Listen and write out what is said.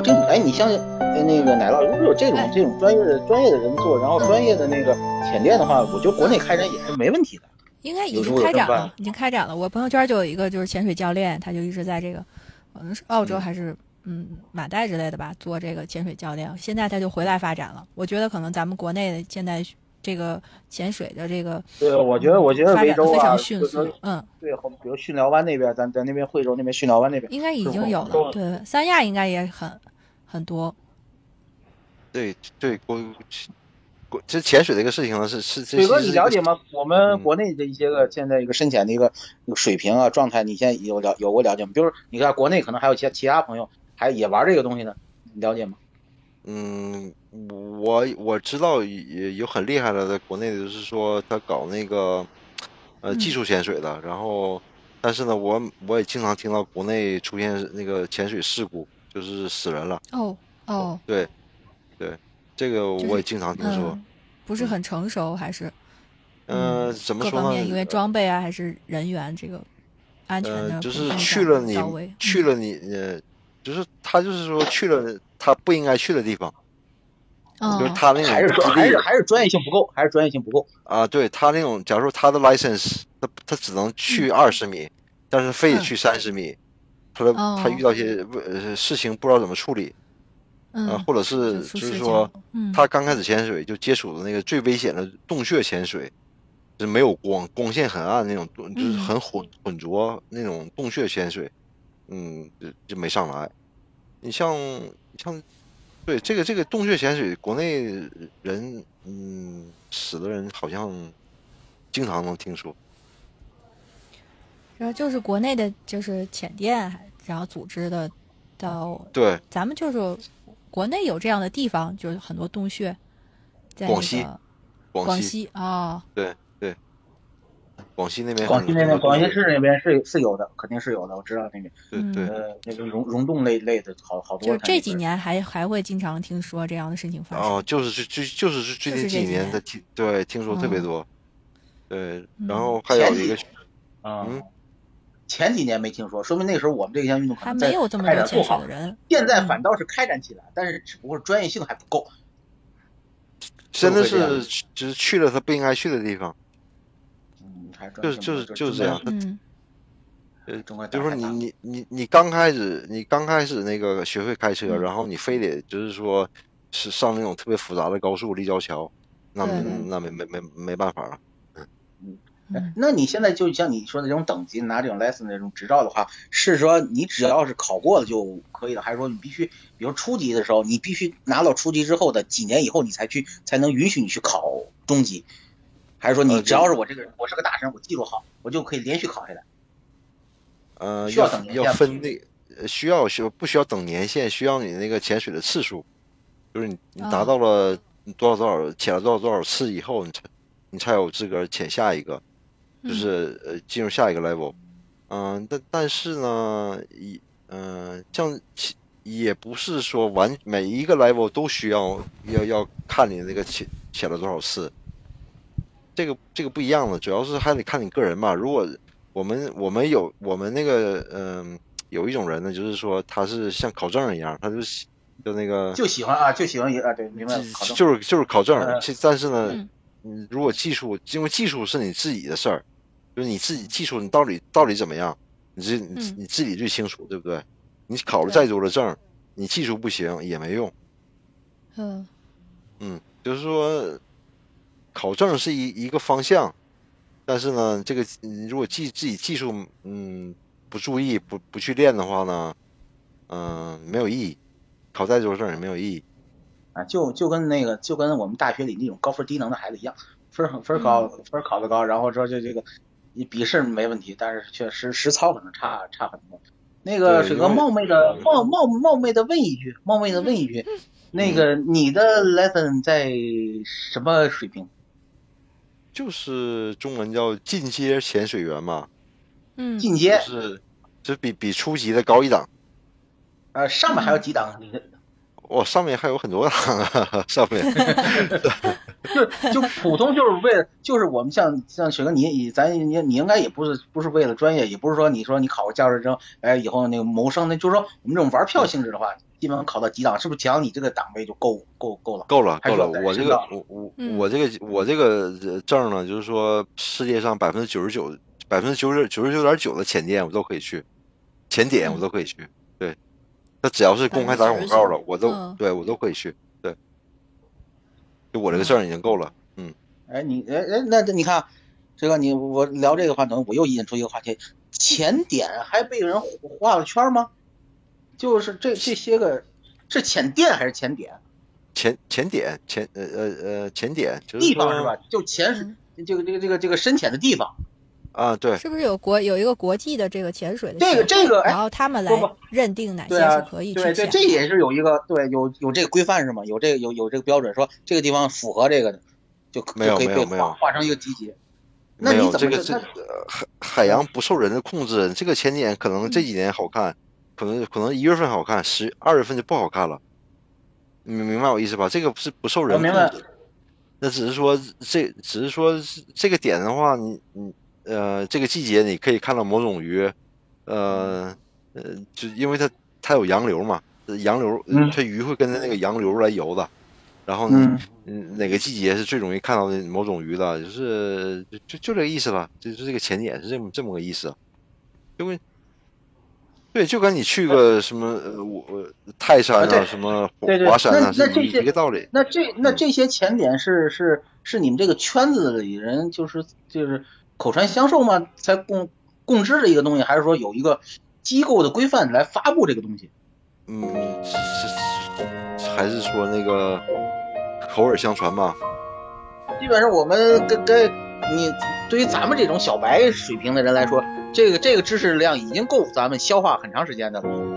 这种，哎，你像那个奶酪，如果有这种专业的人做，然后专业的那个浅店的话，我觉得国内开展也是没问题的。 应该已经开展了，已经开展了。我朋友圈就有一个就是潜水教练，他就一直在这个，可能是澳洲还是马代之类的吧，做这个潜水教练。现在他就回来发展了。我觉得可能咱们国内的现在这个潜水的这个， 对，我觉得发展的非常迅速。 对，比如训寮湾那边，咱那边惠州那边训寮湾那边应该已经有了。对，三亚应该也很多。 对，这潜水的一个事情呢，是水哥，你了解吗？我们国内的一些个现在一个深潜的一个水平啊状态，你现在有过了解吗？比如你看国内可能还有其他朋友也玩这个东西呢，你了解吗？ 我知道有很厉害的，在国内的就是说他搞那个技术潜水的，然后但是呢，我也经常听到国内出现那个潜水事故，就是死人了。对，这个我也经常听说。 不是很成熟还是？ 怎么说呢？ 各方面因为装备啊，还是人员这个安全的就是去了你，就是他就是说去了他不应该去的地方。就是他那种还是专业性不够， 啊！对，他那种，假如说他的 license， 他只能去20米，但是非得去30米，他遇到一些事情不知道怎么处理，或者是就是说他刚开始潜水就接触的那个最危险的洞穴潜水，就是没有光线很暗那种，就是很浑浊那种洞穴潜水，就没上来。你像。对，这个洞穴潜水，国内人死的人好像经常能听说。 然后就是国内的，就是潜店，然后组织的到。 对， 咱们就是国内有这样的地方，就是很多洞穴，在广西啊。 对。广西那边， 广西市那边是有的，肯定是有的，我知道那边。 对， 那个溶洞类的好多。 就这几年还会经常听说这样的事情发生。 就是最近几年的听说特别多。对，然后还有一个前几年没听说，说明那时候我们这项运动可能还没有这么多潜水的人。 现在反倒是开展起来，但是只不过专业性还不够。 真的是就是去了他不应该去的地方。就是这样。就是说你刚开始那个学会开车，然后你非得就是说是上那种特别复杂的高速立交桥，那没办法了。 那你现在就像你说的这种等级，拿这种 license 那种执照的话，是说你只要是考过了就可以了，还是说你必须，比如初级的时候，你必须拿到初级之后的几年以后，你才能允许你去考中级？还是说你只要是我这个人，我是个大神，我记录好，我就可以连续考下来？需要等年限？ 要分不需要等年限，需要你那个潜水的次数，就是你达到了多少潜了多少次以后，你才有资格潜下一个，就是进入下一个 level。但是呢，像也不是说每一个 level 都需要看你那个潜了多少次。这个不一样的，主要是还得看你个人嘛。如果我们那个有一种人呢，就是说他是像考证一样，他就那个就喜欢对，明白了， 就是考证。但是呢，如果因为技术是你自己的事儿，就是你自己技术你到底怎么样，你自己最清楚，对不对？你考了再多的证，你技术不行也没用。就是说。考证是一个方向，但是呢，这个如果自己技术不注意不去练的话呢，没有意义，考再多证也没有意义。 就跟我们大学里那种高分低能的孩子一样，分考得高，然后说这个你笔试没问题，但是确实实操可能差很多。那个水哥冒昧的问一句，那个你的 lesson 在什么水平？ 就是中文叫进阶潜水员嘛。 进阶就是比初级的高一档。 上面还有几档？ 上面还有很多档啊，上面。 就普通就是我们像水哥你应该也不是为了专业，也不是说你考个驾驶证，以后那个谋生，那就是说我们这种玩票性质的话， 基本上考到几档，是不是讲你这个档位就够了？ 够了。我这个证呢，就是说世界上99.9%的前店我都可以去，前点我都可以去。对，他只要是公开打广告了，我都可以去。对，就我这个证已经够了。 那你看这个我聊这个话题，我又引出一个话题，前点还被人画了圈吗？就是这些个是前店还是前点？前点，前点就是地方是吧？就前是这个深潜的地方啊，对。 是不是有一个国际的这个潜水的这个， 然后他们来认定哪些是可以去潜？ 对，这也是有一个有这个规范是吗？有这个标准，说这个地方符合这个的，就可以被划成一个级别。那你怎么海洋不受人的控制？这个前点可能这几年好看，可能1月份好看，2月份就不好看了。你明白我意思吧？这个是不受人控制。那只是说这个点的话，你这个季节你可以看到某种鱼，就因为它有洋流嘛，洋流它鱼会跟着那个洋流来游的。然后哪个季节是最容易看到的某种鱼的，就这个意思了，就是这个前点是这么个意思。对，就跟你去个什么泰山啊，什么华山啊，是一个道理。 那这些前点是你们这个圈子里人就是口传相授吗？才共知的一个东西，还是说有一个机构的规范来发布这个东西？ 还是说那个口耳相传吧。 基本上我们你对于咱们这种小白水平的人来说，这个知识量已经够咱们消化很长时间的了。